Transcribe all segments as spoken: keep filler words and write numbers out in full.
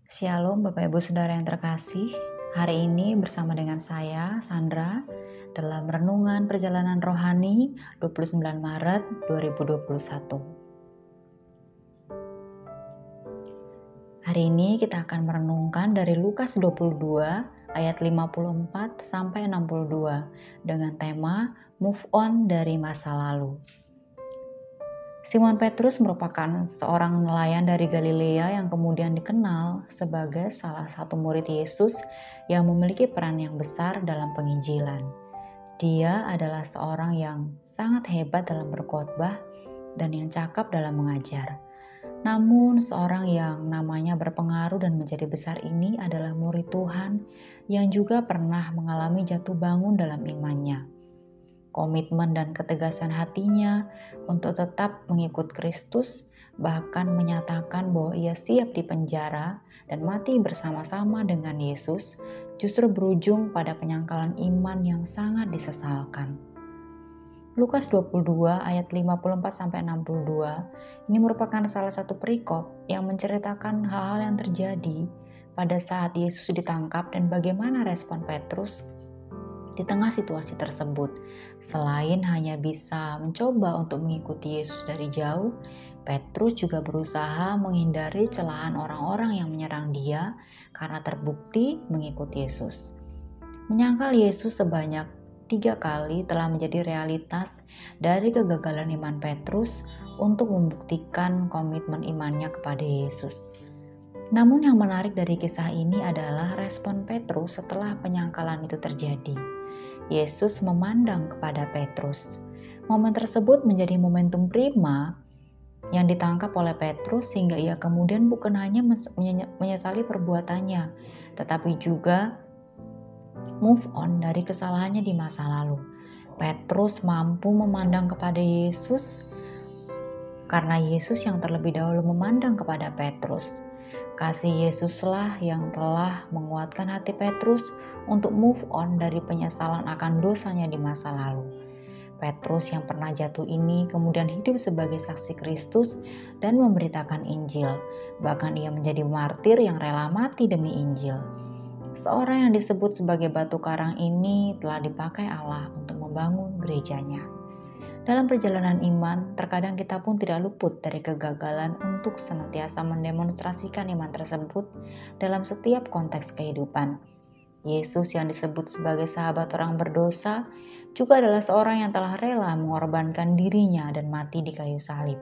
Shalom Bapak Ibu Saudara yang terkasih. Hari ini bersama dengan saya, Sandra, dalam Renungan Perjalanan Rohani dua puluh sembilan Maret dua ribu dua puluh satu. Hari ini kita akan merenungkan dari Lukas dua puluh dua ayat lima puluh empat sampai enam puluh dua dengan tema Move On dari Masa Lalu. Simon Petrus merupakan seorang nelayan dari Galilea yang kemudian dikenal sebagai salah satu murid Yesus yang memiliki peran yang besar dalam penginjilan. Dia adalah seorang yang sangat hebat dalam berkhotbah dan yang cakap dalam mengajar. Namun seorang yang namanya berpengaruh dan menjadi besar ini adalah murid Tuhan yang juga pernah mengalami jatuh bangun dalam imannya. Komitmen dan ketegasan hatinya untuk tetap mengikut Kristus, bahkan menyatakan bahwa ia siap dipenjara dan mati bersama-sama dengan Yesus, justru berujung pada penyangkalan iman yang sangat disesalkan. Lukas dua puluh dua ayat lima puluh empat sampai enam puluh dua ini merupakan salah satu perikop yang menceritakan hal-hal yang terjadi pada saat Yesus ditangkap dan bagaimana respon Petrus di tengah situasi tersebut. Selain hanya bisa mencoba untuk mengikuti Yesus dari jauh, Petrus juga berusaha menghindari celahan orang-orang yang menyerang dia karena terbukti mengikuti Yesus. Menyangkal Yesus sebanyak tiga kali telah menjadi realitas dari kegagalan iman Petrus untuk membuktikan komitmen imannya kepada Yesus. Namun yang menarik dari kisah ini adalah respon Petrus setelah penyangkalan itu terjadi. Yesus memandang kepada Petrus. Momen tersebut menjadi momentum prima yang ditangkap oleh Petrus sehingga ia kemudian bukan hanya menyesali perbuatannya, tetapi juga move on dari kesalahannya di masa lalu. Petrus mampu memandang kepada Yesus karena Yesus yang terlebih dahulu memandang kepada Petrus. Kasih Yesuslah yang telah menguatkan hati Petrus untuk move on dari penyesalan akan dosanya di masa lalu. Petrus yang pernah jatuh ini kemudian hidup sebagai saksi Kristus dan memberitakan Injil. Bahkan ia menjadi martir yang rela mati demi Injil. Seorang yang disebut sebagai batu karang ini telah dipakai Allah untuk membangun gerejanya. Dalam perjalanan iman, terkadang kita pun tidak luput dari kegagalan untuk senantiasa mendemonstrasikan iman tersebut dalam setiap konteks kehidupan. Yesus yang disebut sebagai sahabat orang berdosa juga adalah seorang yang telah rela mengorbankan dirinya dan mati di kayu salib.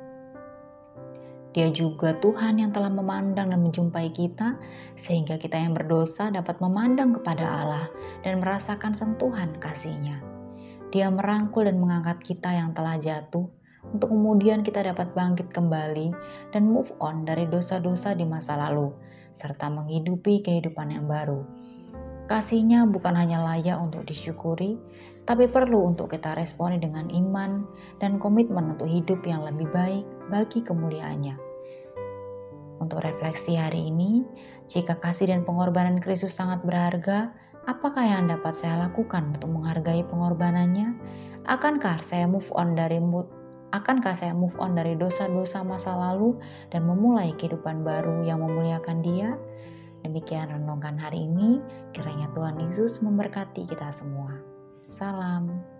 Dia juga Tuhan yang telah memandang dan menjumpai kita sehingga kita yang berdosa dapat memandang kepada Allah dan merasakan sentuhan kasih-Nya. Dia merangkul dan mengangkat kita yang telah jatuh untuk kemudian kita dapat bangkit kembali dan move on dari dosa-dosa di masa lalu serta menghidupi kehidupan yang baru. Kasih-Nya bukan hanya layak untuk disyukuri, tapi perlu untuk kita responi dengan iman dan komitmen untuk hidup yang lebih baik bagi kemuliaan-Nya. Untuk refleksi hari ini, jika kasih dan pengorbanan Kristus sangat berharga, apakah yang dapat saya lakukan untuk menghargai pengorbanannya? Akankah saya move on dari mood? Akankah saya move on dari dosa-dosa masa lalu dan memulai kehidupan baru yang memuliakan Dia? Demikian renungan hari ini. Kiranya Tuhan Yesus memberkati kita semua. Salam.